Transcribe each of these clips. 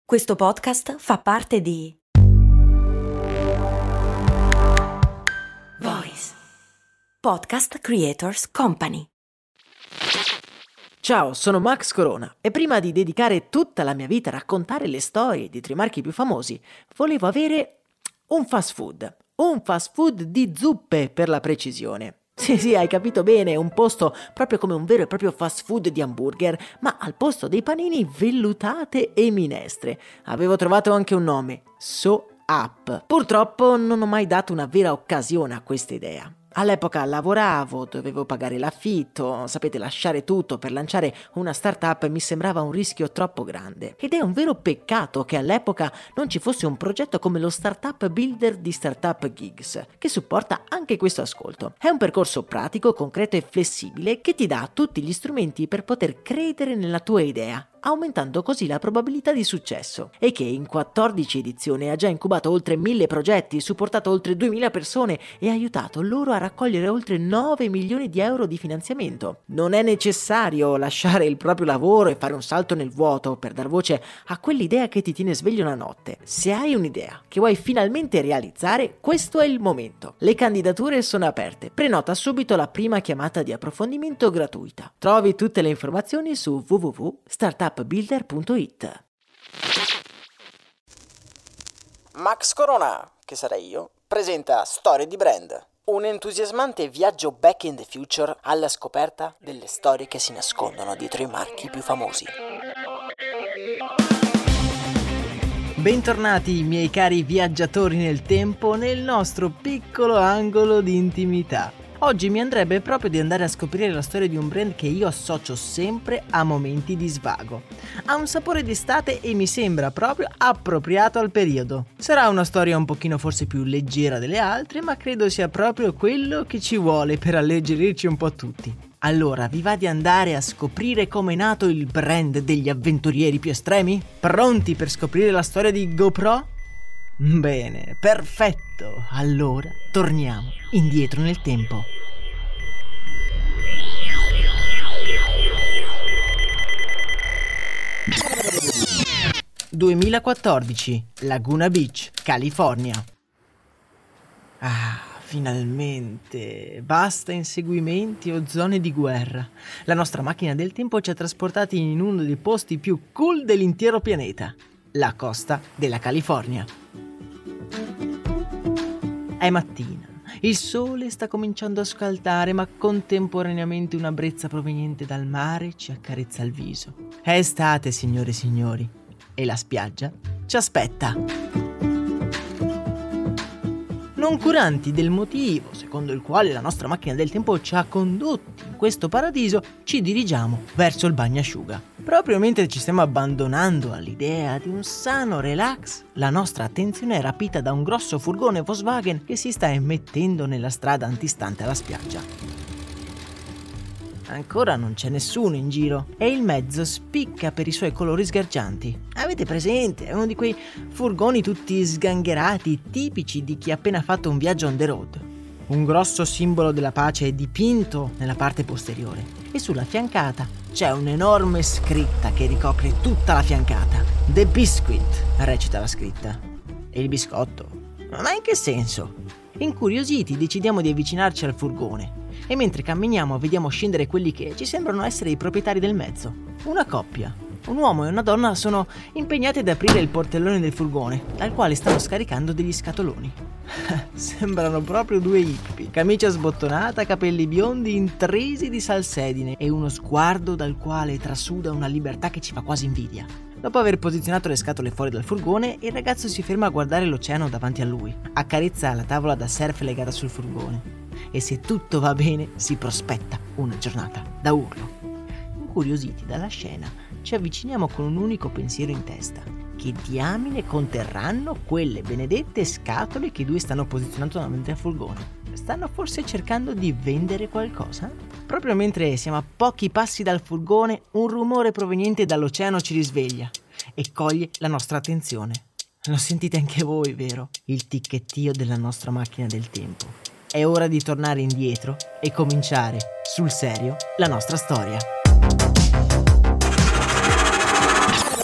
Questo podcast fa parte di Voice Podcast Creators Company. Ciao, sono Max Corona e prima di dedicare tutta la mia vita a raccontare le storie di tre marchi più famosi, volevo avere un fast food di zuppe per la precisione. Sì, hai capito bene, un posto proprio come un vero e proprio fast food di hamburger, ma al posto dei panini vellutate e minestre. Avevo trovato anche un nome, So Up. Purtroppo non ho mai dato una vera occasione a questa idea. All'epoca lavoravo, dovevo pagare l'affitto, sapete, lasciare tutto per lanciare una startup mi sembrava un rischio troppo grande. Ed è un vero peccato che all'epoca non ci fosse un progetto come lo Startup Builder di Startup Gigs, che supporta anche questo ascolto. È un percorso pratico, concreto e flessibile che ti dà tutti gli strumenti per poter credere nella tua idea, aumentando così la probabilità di successo, e che in 14 edizioni ha già incubato oltre 1000 progetti, supportato oltre 2000 persone e aiutato loro a raccogliere oltre 9 milioni di euro di finanziamento. Non è necessario lasciare il proprio lavoro e fare un salto nel vuoto per dar voce a quell'idea che ti tiene sveglio la notte. Se hai un'idea che vuoi finalmente realizzare, questo è il momento. Le candidature sono aperte. Prenota subito la prima chiamata di approfondimento gratuita. Trovi tutte le informazioni su www.startupbuilder.it. Max Corona, che sarei io, presenta Storie di Brand, un entusiasmante viaggio back in the future alla scoperta delle storie che si nascondono dietro i marchi più famosi. Bentornati miei cari viaggiatori nel tempo nel nostro piccolo angolo di intimità. Oggi mi andrebbe proprio di andare a scoprire la storia di un brand che io associo sempre a momenti di svago. Ha un sapore d'estate e mi sembra proprio appropriato al periodo. Sarà una storia un pochino forse più leggera delle altre, ma credo sia proprio quello che ci vuole per alleggerirci un po' tutti. Allora, vi va di andare a scoprire come è nato il brand degli avventurieri più estremi? Pronti per scoprire la storia di GoPro? Bene, perfetto. Allora, torniamo indietro nel tempo. (2014) Laguna Beach, California. Finalmente, basta inseguimenti o zone di guerra. La nostra macchina del tempo ci ha trasportati in uno dei posti più cool dell'intero pianeta, la costa della California. È mattina, il sole sta cominciando a scaldare, ma contemporaneamente una brezza proveniente dal mare ci accarezza il viso. È estate, signore e signori, e la spiaggia ci aspetta. Non curanti del motivo secondo il quale la nostra macchina del tempo ci ha condotti in questo paradiso, ci dirigiamo verso il bagnasciuga. Proprio mentre ci stiamo abbandonando all'idea di un sano relax, la nostra attenzione è rapita da un grosso furgone Volkswagen che si sta immettendo nella strada antistante alla spiaggia. Ancora non c'è nessuno in giro e il mezzo spicca per i suoi colori sgargianti. Avete presente? È uno di quei furgoni tutti sgangherati, tipici di chi ha appena fatto un viaggio on the road. Un grosso simbolo della pace è dipinto nella parte posteriore e sulla fiancata c'è un'enorme scritta che ricopre tutta la fiancata. The Biscuit, recita la scritta. E il biscotto? Ma in che senso? Incuriositi decidiamo di avvicinarci al furgone e mentre camminiamo vediamo scendere quelli che ci sembrano essere i proprietari del mezzo. Una coppia, un uomo e una donna, sono impegnati ad aprire il portellone del furgone, dal quale stanno scaricando degli scatoloni. Sembrano proprio due hippie, camicia sbottonata, capelli biondi intrisi di salsedine e uno sguardo dal quale trasuda una libertà che ci fa quasi invidia. Dopo aver posizionato le scatole fuori dal furgone, il ragazzo si ferma a guardare l'oceano davanti a lui. Accarezza la tavola da surf legata sul furgone e se tutto va bene si prospetta una giornata da urlo. Incuriositi dalla scena, ci avviciniamo con un unico pensiero in testa: che diamine conterranno quelle benedette scatole che i due stanno posizionando davanti al furgone? Stanno forse cercando di vendere qualcosa? Proprio mentre siamo a pochi passi dal furgone, un rumore proveniente dall'oceano ci risveglia e coglie la nostra attenzione. Lo sentite anche voi, vero? Il ticchettio della nostra macchina del tempo. È ora di tornare indietro e cominciare, sul serio, la nostra storia.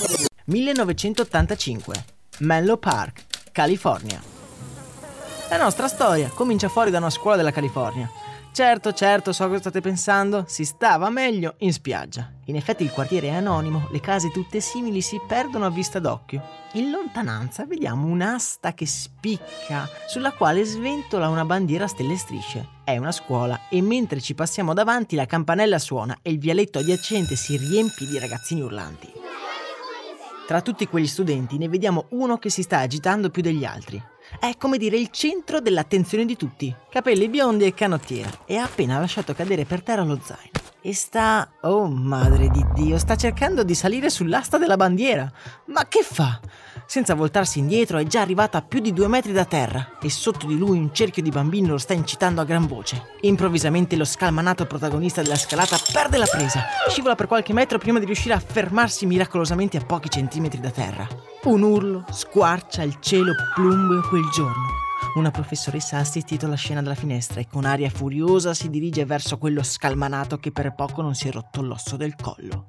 1985, Menlo Park, California. La nostra storia comincia fuori da una scuola della California. Certo, so cosa state pensando, si stava meglio in spiaggia. In effetti il quartiere è anonimo, le case tutte simili si perdono a vista d'occhio. In lontananza vediamo un'asta che spicca, sulla quale sventola una bandiera a stelle e strisce. È una scuola e mentre ci passiamo davanti la campanella suona e il vialetto adiacente si riempie di ragazzini urlanti. Tra tutti quegli studenti ne vediamo uno che si sta agitando più degli altri. È come dire il centro dell'attenzione di tutti. Capelli biondi e canottiera. E ha appena lasciato cadere per terra lo zaino. E sta... oh madre di Dio, sta cercando di salire sull'asta della bandiera. Ma che fa? Senza voltarsi indietro è già arrivato a più di 2 metri da terra. E sotto di lui un cerchio di bambini lo sta incitando a gran voce. Improvvisamente lo scalmanato protagonista della scalata perde la presa. Scivola per qualche metro prima di riuscire a fermarsi miracolosamente a pochi centimetri da terra. Un urlo squarcia il cielo plumbeo quel giorno. Una professoressa ha assistito alla scena dalla finestra e con aria furiosa si dirige verso quello scalmanato che per poco non si è rotto l'osso del collo.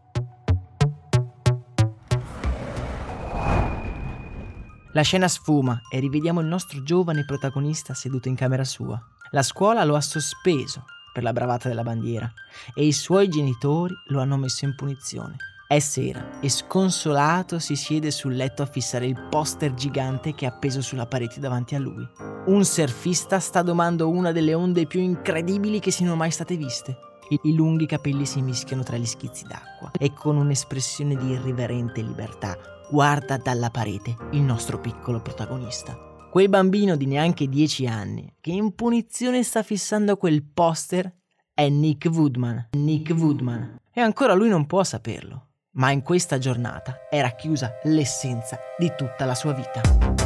La scena sfuma e rivediamo il nostro giovane protagonista seduto in camera sua. La scuola lo ha sospeso per la bravata della bandiera e i suoi genitori lo hanno messo in punizione. È sera e sconsolato si siede sul letto a fissare il poster gigante che è appeso sulla parete davanti a lui. Un surfista sta domando una delle onde più incredibili che siano mai state viste. I lunghi capelli si mischiano tra gli schizzi d'acqua e con un'espressione di irriverente libertà guarda dalla parete il nostro piccolo protagonista. Quel bambino di neanche 10 anni che in punizione sta fissando quel poster è Nick Woodman. E ancora lui non può saperlo. Ma in questa giornata era chiusa l'essenza di tutta la sua vita.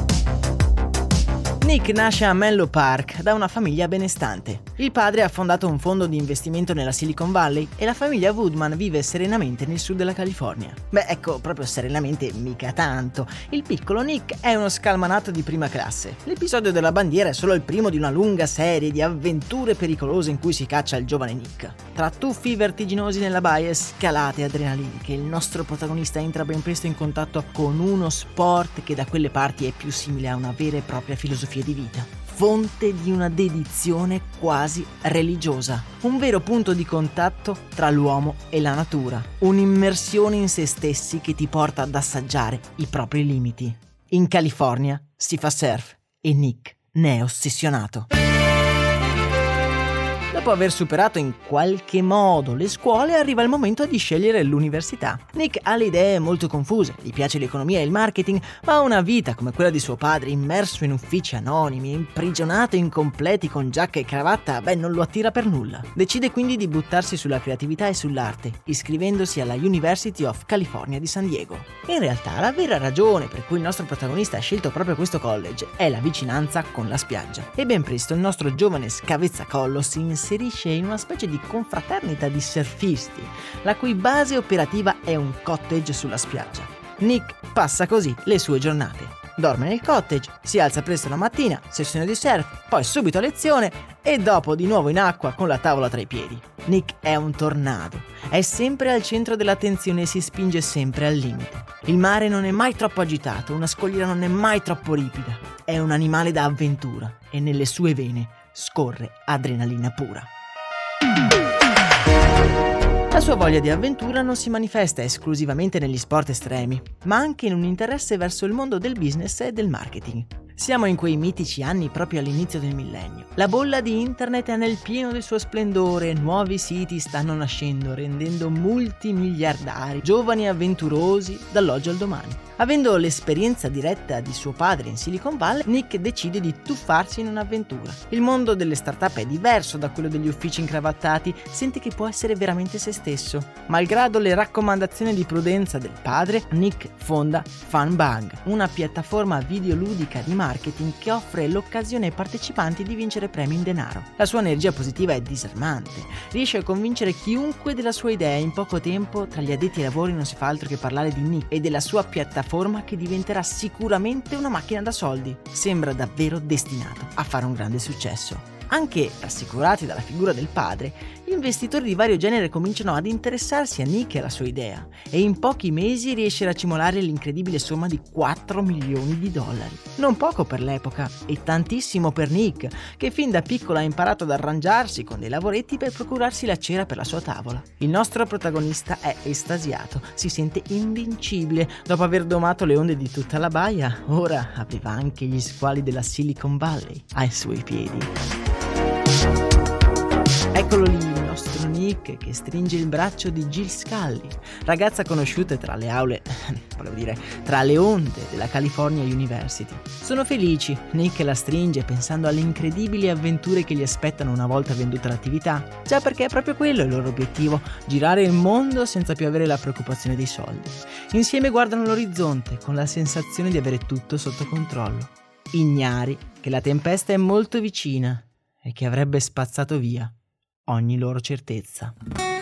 Nick nasce a Menlo Park da una famiglia benestante. Il padre ha fondato un fondo di investimento nella Silicon Valley e la famiglia Woodman vive serenamente nel sud della California. Beh, ecco, proprio serenamente mica tanto. Il piccolo Nick è uno scalmanato di prima classe. L'episodio della bandiera è solo il primo di una lunga serie di avventure pericolose in cui si caccia il giovane Nick. Tra tuffi vertiginosi nella baia e scalate adrenaliniche, il nostro protagonista entra ben presto in contatto con uno sport che da quelle parti è più simile a una vera e propria filosofia di vita, fonte di una dedizione quasi religiosa, un vero punto di contatto tra l'uomo e la natura, un'immersione in se stessi che ti porta ad assaggiare i propri limiti. In California si fa surf e Nick ne è ossessionato. Dopo aver superato in qualche modo le scuole, arriva il momento di scegliere l'università. Nick ha le idee molto confuse, gli piace l'economia e il marketing, ma una vita come quella di suo padre, immerso in uffici anonimi, imprigionato in completi con giacca e cravatta, non lo attira per nulla. Decide quindi di buttarsi sulla creatività e sull'arte, iscrivendosi alla University of California di San Diego. In realtà, la vera ragione per cui il nostro protagonista ha scelto proprio questo college è la vicinanza con la spiaggia. E ben presto il nostro giovane scavezzacollo si inserisce in una specie di confraternita di surfisti, la cui base operativa è un cottage sulla spiaggia. Nick passa così le sue giornate. Dorme nel cottage, si alza presto la mattina, sessione di surf, poi subito a lezione e dopo di nuovo in acqua con la tavola tra i piedi. Nick è un tornado, è sempre al centro dell'attenzione e si spinge sempre al limite. Il mare non è mai troppo agitato, una scogliera non è mai troppo ripida. È un animale da avventura e nelle sue vene scorre adrenalina pura. La sua voglia di avventura non si manifesta esclusivamente negli sport estremi, ma anche in un interesse verso il mondo del business e del marketing. Siamo in quei mitici anni proprio all'inizio del millennio. La bolla di internet è nel pieno del suo splendore, nuovi siti stanno nascendo, rendendo multimiliardari giovani avventurosi dall'oggi al domani. Avendo l'esperienza diretta di suo padre in Silicon Valley, Nick decide di tuffarsi in un'avventura. Il mondo delle startup è diverso da quello degli uffici incravattati, sente che può essere veramente se stesso. Malgrado le raccomandazioni di prudenza del padre, Nick fonda FunBang, una piattaforma videoludica di marketing che offre l'occasione ai partecipanti di vincere premi in denaro. La sua energia positiva è disarmante, riesce a convincere chiunque della sua idea e in poco tempo tra gli addetti ai lavori non si fa altro che parlare di Nick e della sua piattaforma che diventerà sicuramente una macchina da soldi. Sembra davvero destinato a fare un grande successo. Anche rassicurati dalla figura del padre, gli investitori di vario genere cominciano ad interessarsi a Nick e alla sua idea, e in pochi mesi riesce a racimolare l'incredibile somma di $4 milioni. Non poco per l'epoca, e tantissimo per Nick, che fin da piccolo ha imparato ad arrangiarsi con dei lavoretti per procurarsi la cera per la sua tavola. Il nostro protagonista è estasiato, si sente invincibile. Dopo aver domato le onde di tutta la baia, ora aveva anche gli squali della Silicon Valley ai suoi piedi. Eccolo lì, il nostro Nick che stringe il braccio di Jill Scully, ragazza conosciuta tra le tra le onde della California University. Sono felici, Nick la stringe pensando alle incredibili avventure che gli aspettano una volta venduta l'attività, già perché è proprio quello il loro obiettivo, girare il mondo senza più avere la preoccupazione dei soldi. Insieme guardano l'orizzonte con la sensazione di avere tutto sotto controllo, ignari che la tempesta è molto vicina e che avrebbe spazzato via ogni loro certezza.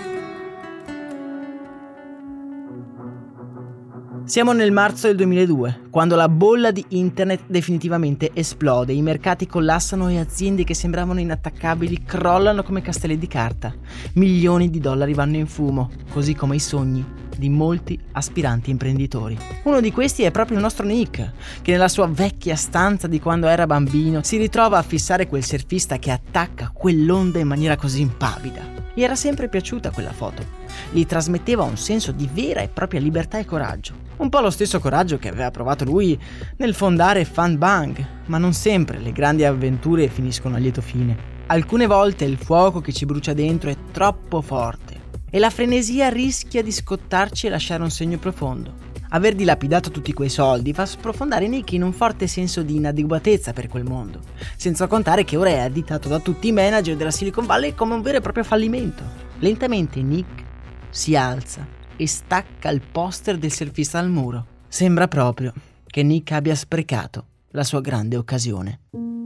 Siamo nel marzo del 2002, quando la bolla di internet definitivamente esplode, i mercati collassano e aziende che sembravano inattaccabili crollano come castelli di carta. Milioni di dollari vanno in fumo, così come i sogni di molti aspiranti imprenditori. Uno di questi è proprio il nostro Nick, che nella sua vecchia stanza di quando era bambino si ritrova a fissare quel surfista che attacca quell'onda in maniera così impavida. Gli era sempre piaciuta quella foto, gli trasmetteva un senso di vera e propria libertà e coraggio. Un po' lo stesso coraggio che aveva provato lui nel fondare FunBank, ma non sempre le grandi avventure finiscono a lieto fine. Alcune volte il fuoco che ci brucia dentro è troppo forte e la frenesia rischia di scottarci e lasciare un segno profondo. Aver dilapidato tutti quei soldi fa sprofondare Nick in un forte senso di inadeguatezza per quel mondo, senza contare che ora è additato da tutti i manager della Silicon Valley come un vero e proprio fallimento. Lentamente Nick si alza e stacca il poster del surfista al muro. Sembra proprio che Nick abbia sprecato la sua grande occasione.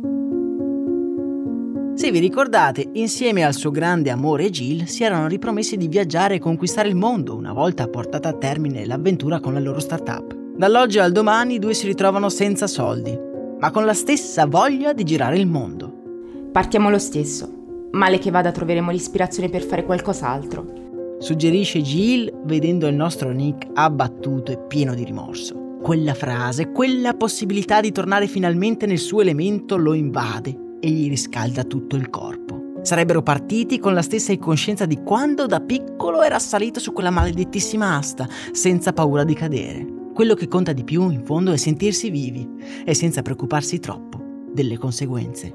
Se vi ricordate, insieme al suo grande amore Jill si erano ripromessi di viaggiare e conquistare il mondo una volta portata a termine l'avventura con la loro startup. Dall'oggi al domani i due si ritrovano senza soldi, ma con la stessa voglia di girare il mondo. Partiamo lo stesso. Male che vada troveremo l'ispirazione per fare qualcos'altro, suggerisce Jill vedendo il nostro Nick abbattuto e pieno di rimorso. Quella frase, quella possibilità di tornare finalmente nel suo elemento lo invade e gli riscalda tutto il corpo. Sarebbero partiti con la stessa incoscienza di quando da piccolo era salito su quella maledettissima asta, senza paura di cadere. Quello che conta di più, in fondo, è sentirsi vivi e senza preoccuparsi troppo delle conseguenze.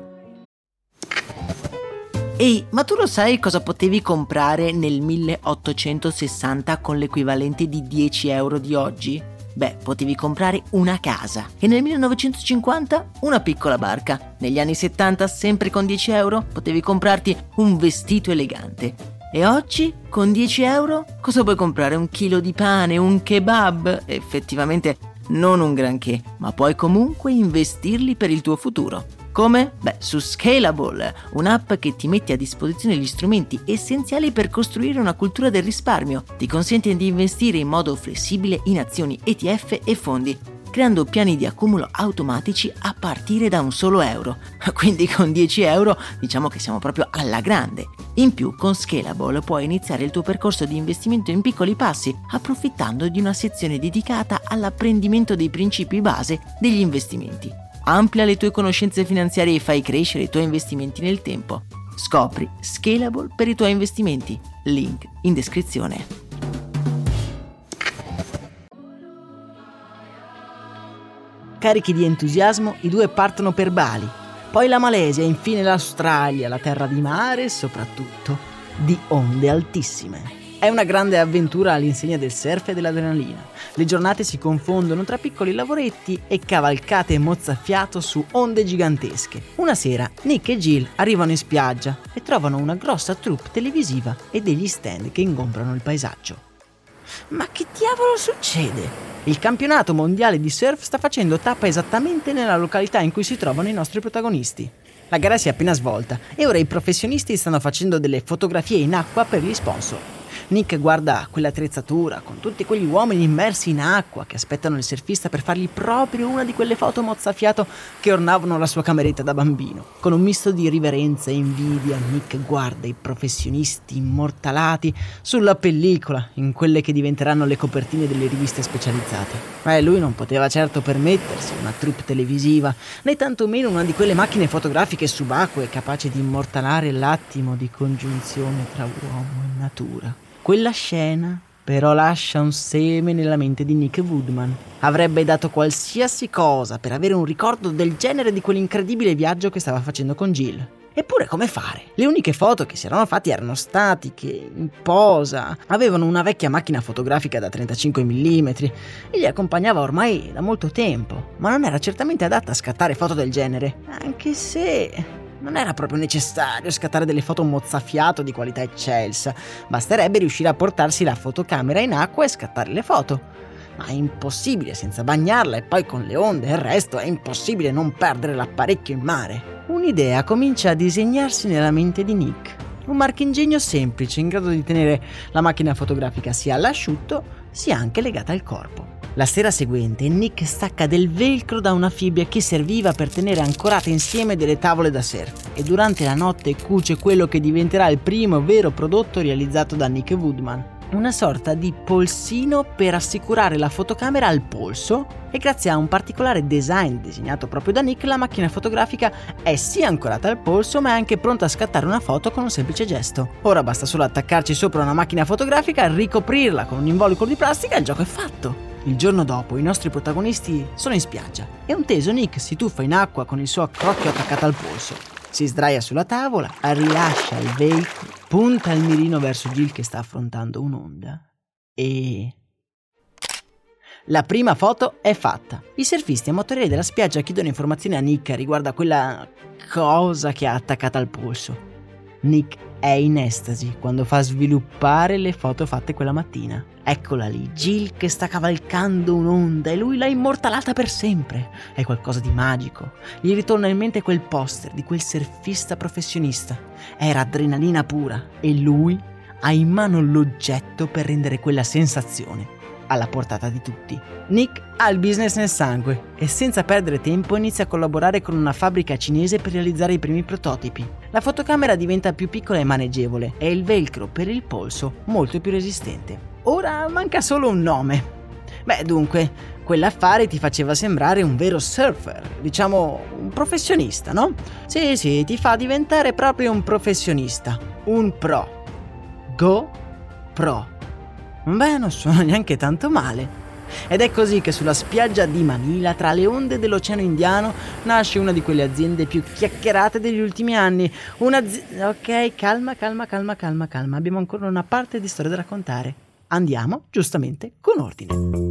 Ehi, ma tu lo sai cosa potevi comprare nel 1860 con l'equivalente di 10 euro di oggi? Beh, potevi comprare una casa, e nel 1950 una piccola barca. Negli anni 70, sempre con 10 euro, potevi comprarti un vestito elegante. E oggi, con 10 euro, cosa puoi comprare? Un chilo di pane, un kebab? Effettivamente non un granché, ma puoi comunque investirli per il tuo futuro. Come? Beh, su Scalable, un'app che ti mette a disposizione gli strumenti essenziali per costruire una cultura del risparmio. Ti consente di investire in modo flessibile in azioni, ETF e fondi, creando piani di accumulo automatici a partire da un solo euro. Quindi con 10 euro diciamo che siamo proprio alla grande. In più, con Scalable puoi iniziare il tuo percorso di investimento in piccoli passi, approfittando di una sezione dedicata all'apprendimento dei principi base degli investimenti. Amplia le tue conoscenze finanziarie e fai crescere i tuoi investimenti nel tempo. Scopri Scalable per i tuoi investimenti. Link in descrizione. Carichi di entusiasmo, i due partono per Bali, poi la Malesia e infine l'Australia, la terra di mare e soprattutto di onde altissime. È una grande avventura all'insegna del surf e dell'adrenalina. Le giornate si confondono tra piccoli lavoretti e cavalcate mozzafiato su onde gigantesche. Una sera Nick e Jill arrivano in spiaggia e trovano una grossa troupe televisiva e degli stand che ingombrano il paesaggio. Ma che diavolo succede? Il campionato mondiale di surf sta facendo tappa esattamente nella località in cui si trovano i nostri protagonisti. La gara si è appena svolta e ora i professionisti stanno facendo delle fotografie in acqua per gli sponsor. Nick guarda quell'attrezzatura con tutti quegli uomini immersi in acqua che aspettano il surfista per fargli proprio una di quelle foto mozzafiato che ornavano la sua cameretta da bambino. Con un misto di riverenza e invidia, Nick guarda i professionisti immortalati sulla pellicola, in quelle che diventeranno le copertine delle riviste specializzate. Ma lui non poteva certo permettersi una troupe televisiva, né tantomeno una di quelle macchine fotografiche subacquee capaci di immortalare l'attimo di congiunzione tra uomo e natura. Quella scena però lascia un seme nella mente di Nick Woodman. Avrebbe dato qualsiasi cosa per avere un ricordo del genere di quell'incredibile viaggio che stava facendo con Jill. Eppure come fare? Le uniche foto che si erano fatti erano statiche, in posa, avevano una vecchia macchina fotografica da 35 mm e li accompagnava ormai da molto tempo, ma non era certamente adatta a scattare foto del genere, anche se non era proprio necessario scattare delle foto mozzafiato di qualità eccelsa, basterebbe riuscire a portarsi la fotocamera in acqua e scattare le foto. Ma è impossibile senza bagnarla, e poi con le onde e il resto è impossibile non perdere l'apparecchio in mare. Un'idea comincia a disegnarsi nella mente di Nick. Un marchingegno semplice in grado di tenere la macchina fotografica sia all'asciutto sia anche legata al corpo. La sera seguente Nick stacca del velcro da una fibbia che serviva per tenere ancorate insieme delle tavole da surf e durante la notte cuce quello che diventerà il primo vero prodotto realizzato da Nick Woodman. Una sorta di polsino per assicurare la fotocamera al polso, e grazie a un particolare design disegnato proprio da Nick la macchina fotografica è sia ancorata al polso ma è anche pronta a scattare una foto con un semplice gesto. Ora basta solo attaccarci sopra una macchina fotografica, ricoprirla con un involucro di plastica e il gioco è fatto. Il giorno dopo i nostri protagonisti sono in spiaggia e un teso Nick si tuffa in acqua con il suo accrocchio attaccato al polso. Si sdraia sulla tavola, rilascia il velcro, punta il mirino verso Jill che sta affrontando un'onda e... la prima foto è fatta. I surfisti amatoriali della spiaggia chiedono informazioni a Nick riguardo a quella cosa che ha attaccata al polso. Nick è in estasi quando fa sviluppare le foto fatte quella mattina. Eccola lì, Jill che sta cavalcando un'onda e lui l'ha immortalata per sempre. È qualcosa di magico. Gli ritorna in mente quel poster di quel surfista professionista. Era adrenalina pura e lui ha in mano l'oggetto per rendere quella sensazione alla portata di tutti. Nick ha il business nel sangue e senza perdere tempo inizia a collaborare con una fabbrica cinese per realizzare i primi prototipi. La fotocamera diventa più piccola e maneggevole e il velcro per il polso molto più resistente. Ora manca solo un nome. Dunque, quell'affare ti faceva sembrare un vero surfer, diciamo un professionista, no? Sì, ti fa diventare proprio un professionista, un pro. Go Pro. Non suona neanche tanto male. Ed è così che sulla spiaggia di Manila, tra le onde dell'Oceano Indiano, nasce una di quelle aziende più chiacchierate degli ultimi anni. Ok, calma. Abbiamo ancora una parte di storia da raccontare. Andiamo, giustamente, con ordine.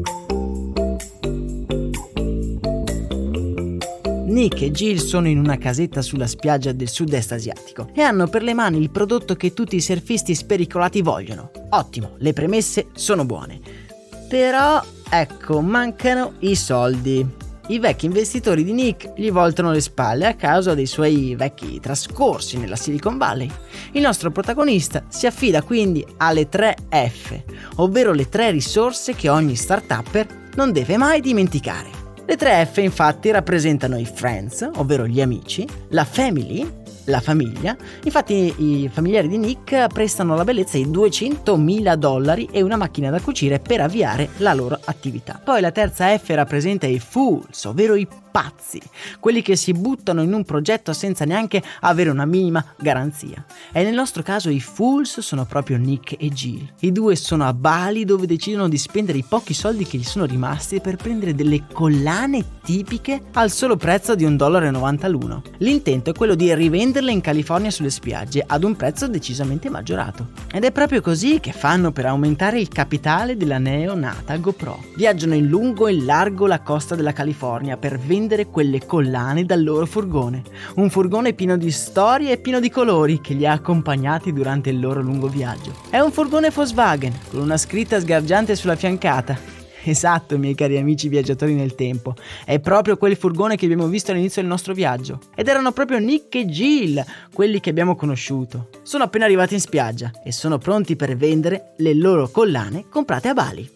Nick e Jill sono in una casetta sulla spiaggia del sud-est asiatico e hanno per le mani il prodotto che tutti i surfisti spericolati vogliono. Ottimo, le premesse sono buone. Però, ecco, mancano i soldi. I vecchi investitori di Nick gli voltano le spalle a causa dei suoi vecchi trascorsi nella Silicon Valley. Il nostro protagonista si affida quindi alle 3 F, ovvero le 3 risorse che ogni start-upper non deve mai dimenticare. Le 3 F infatti rappresentano i friends, ovvero gli amici, la family, la famiglia. Infatti i familiari di Nick prestano alla bellezza i $200.000 e una macchina da cucire per avviare la loro attività. Poi la terza F rappresenta i fools, ovvero i pazzi, quelli che si buttano in un progetto senza neanche avere una minima garanzia. E nel nostro caso i fools sono proprio Nick e Jill. I due sono a Bali dove decidono di spendere i pochi soldi che gli sono rimasti per prendere delle collane tipiche al solo prezzo di $1,90 l'uno. L'intento è quello di rivenderle in California sulle spiagge ad un prezzo decisamente maggiorato. Ed è proprio così che fanno per aumentare il capitale della neonata GoPro. Viaggiano in lungo e in largo la costa della California per vendere quelle collane dal loro furgone. Un furgone pieno di storie e pieno di colori che li ha accompagnati durante il loro lungo viaggio. È un furgone Volkswagen con una scritta sgargiante sulla fiancata. Esatto, miei cari amici viaggiatori nel tempo. È proprio quel furgone che abbiamo visto all'inizio del nostro viaggio. Ed erano proprio Nick e Jill, quelli che abbiamo conosciuto. Sono appena arrivati in spiaggia e sono pronti per vendere le loro collane comprate a Bali.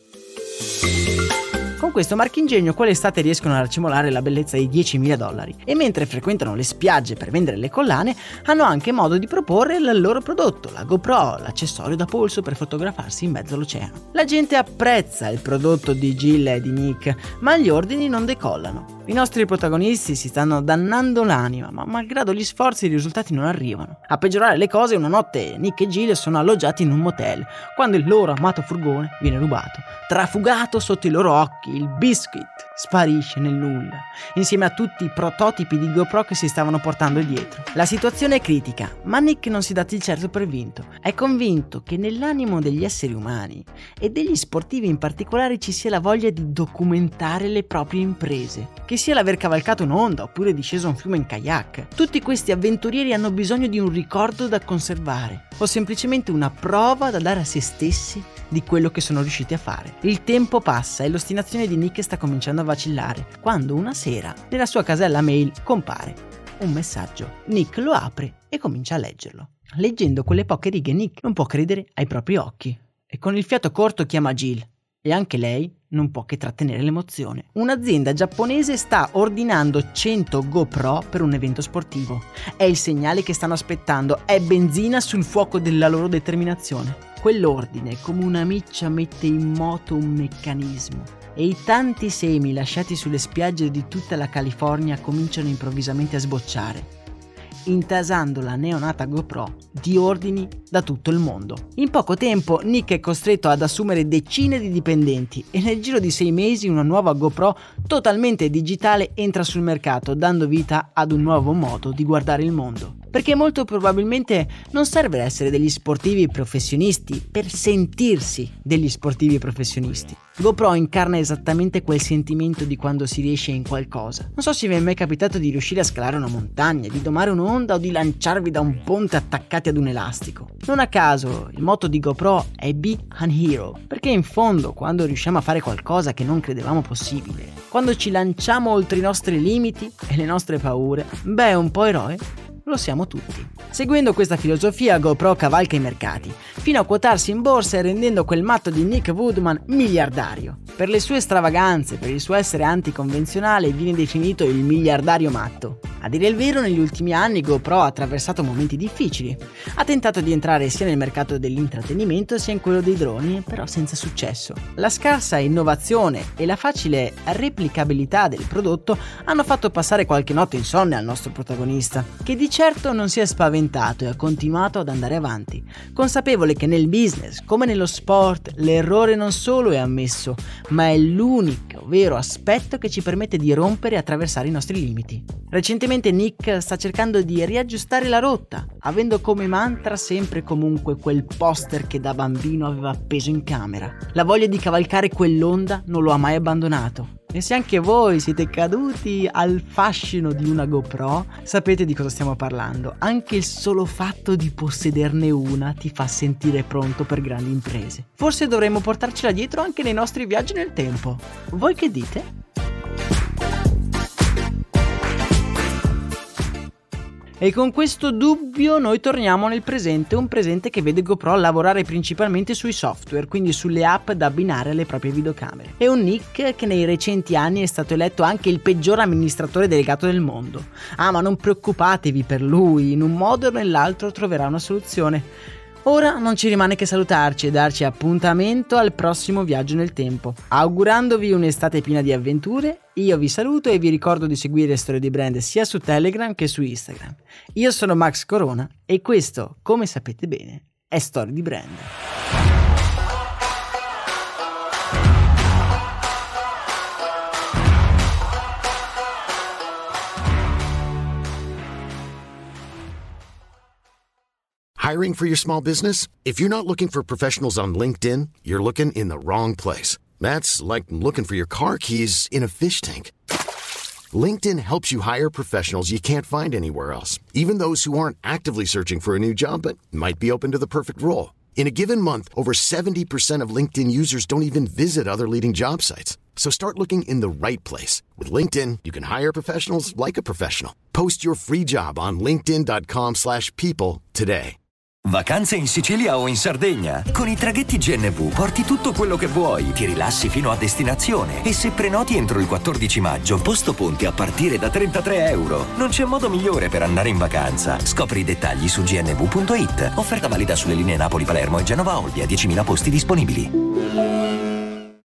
Con questo marchingegno quell'estate riescono a racimolare la bellezza di $10.000 e mentre frequentano le spiagge per vendere le collane hanno anche modo di proporre il loro prodotto, la GoPro, l'accessorio da polso per fotografarsi in mezzo all'oceano. La gente apprezza il prodotto di Jill e di Nick, ma gli ordini non decollano. I nostri protagonisti si stanno dannando l'anima, ma malgrado gli sforzi i risultati non arrivano. A peggiorare le cose, una notte Nick e Jill sono alloggiati in un motel, quando il loro amato furgone viene rubato. Trafugato sotto i loro occhi, il Biscuit sparisce nel nulla, insieme a tutti i prototipi di GoPro che si stavano portando dietro. La situazione è critica, ma Nick non si dà di certo per vinto. È convinto che nell'animo degli esseri umani e degli sportivi in particolare ci sia la voglia di documentare le proprie imprese. Che sia l'aver cavalcato un'onda oppure disceso un fiume in kayak, tutti questi avventurieri hanno bisogno di un ricordo da conservare o semplicemente una prova da dare a se stessi di quello che sono riusciti a fare. Il tempo passa e l'ostinazione di Nick sta cominciando a vacillare quando una sera nella sua casella mail compare un messaggio. Nick lo apre e comincia a leggerlo. Leggendo quelle poche righe Nick non può credere ai propri occhi e con il fiato corto chiama Jill e anche lei non può che trattenere l'emozione. Un'azienda giapponese sta ordinando 100 GoPro per un evento sportivo. È il segnale che stanno aspettando, è benzina sul fuoco della loro determinazione. Quell'ordine, come una miccia, mette in moto un meccanismo e i tanti semi lasciati sulle spiagge di tutta la California cominciano improvvisamente a sbocciare, intasando la neonata GoPro di ordini da tutto il mondo. In poco tempo Nick è costretto ad assumere decine di dipendenti e nel giro di 6 mesi una nuova GoPro totalmente digitale entra sul mercato, dando vita ad un nuovo modo di guardare il mondo. Perché molto probabilmente non serve essere degli sportivi professionisti per sentirsi degli sportivi professionisti. GoPro incarna esattamente quel sentimento di quando si riesce in qualcosa. Non so se vi è mai capitato di riuscire a scalare una montagna, di domare un'onda o di lanciarvi da un ponte attaccati ad un elastico. Non a caso il motto di GoPro è Be an Hero, perché in fondo quando riusciamo a fare qualcosa che non credevamo possibile, quando ci lanciamo oltre i nostri limiti e le nostre paure, un po' eroe lo siamo tutti. Seguendo questa filosofia, GoPro cavalca i mercati, fino a quotarsi in borsa e rendendo quel matto di Nick Woodman miliardario. Per le sue stravaganze, per il suo essere anticonvenzionale, viene definito il miliardario matto. A dire il vero, negli ultimi anni GoPro ha attraversato momenti difficili. Ha tentato di entrare sia nel mercato dell'intrattenimento sia in quello dei droni, però senza successo. La scarsa innovazione e la facile replicabilità del prodotto hanno fatto passare qualche notte insonne al nostro protagonista, che di certo non si è spaventato e ha continuato ad andare avanti, consapevole che nel business, come nello sport, l'errore non solo è ammesso, ma è l'unico vero aspetto che ci permette di rompere e attraversare i nostri limiti. Recentemente Nick sta cercando di riaggiustare la rotta, avendo come mantra sempre e comunque quel poster che da bambino aveva appeso in camera. La voglia di cavalcare quell'onda non lo ha mai abbandonato. E se anche voi siete caduti al fascino di una GoPro, sapete di cosa stiamo parlando. Anche il solo fatto di possederne una ti fa sentire pronto per grandi imprese. Forse dovremmo portarcela dietro anche nei nostri viaggi nel tempo. Voi che dite? E con questo dubbio noi torniamo nel presente, un presente che vede GoPro lavorare principalmente sui software, quindi sulle app da abbinare alle proprie videocamere. E un Nick che nei recenti anni è stato eletto anche il peggior amministratore delegato del mondo. Ah, ma non preoccupatevi per lui, in un modo o nell'altro troverà una soluzione. Ora non ci rimane che salutarci e darci appuntamento al prossimo viaggio nel tempo. Augurandovi un'estate piena di avventure, io vi saluto e vi ricordo di seguire Storie di Brand sia su Telegram che su Instagram. Io sono Max Corona e questo, come sapete bene, è Storie di Brand. Hiring for your small business? If you're not looking for professionals on LinkedIn, you're looking in the wrong place. That's like looking for your car keys in a fish tank. LinkedIn helps you hire professionals you can't find anywhere else, even those who aren't actively searching for a new job but might be open to the perfect role. In a given month, over 70% of LinkedIn users don't even visit other leading job sites. So start looking in the right place. With LinkedIn, you can hire professionals like a professional. Post your free job on linkedin.com/people today. Vacanze in Sicilia o in Sardegna? Con i traghetti GNV porti tutto quello che vuoi, ti rilassi fino a destinazione e se prenoti entro il 14 maggio, posto ponti a partire da €33. Non c'è modo migliore per andare in vacanza. Scopri i dettagli su gnv.it. Offerta valida sulle linee Napoli-Palermo e Genova-Olbia, 10.000 posti disponibili.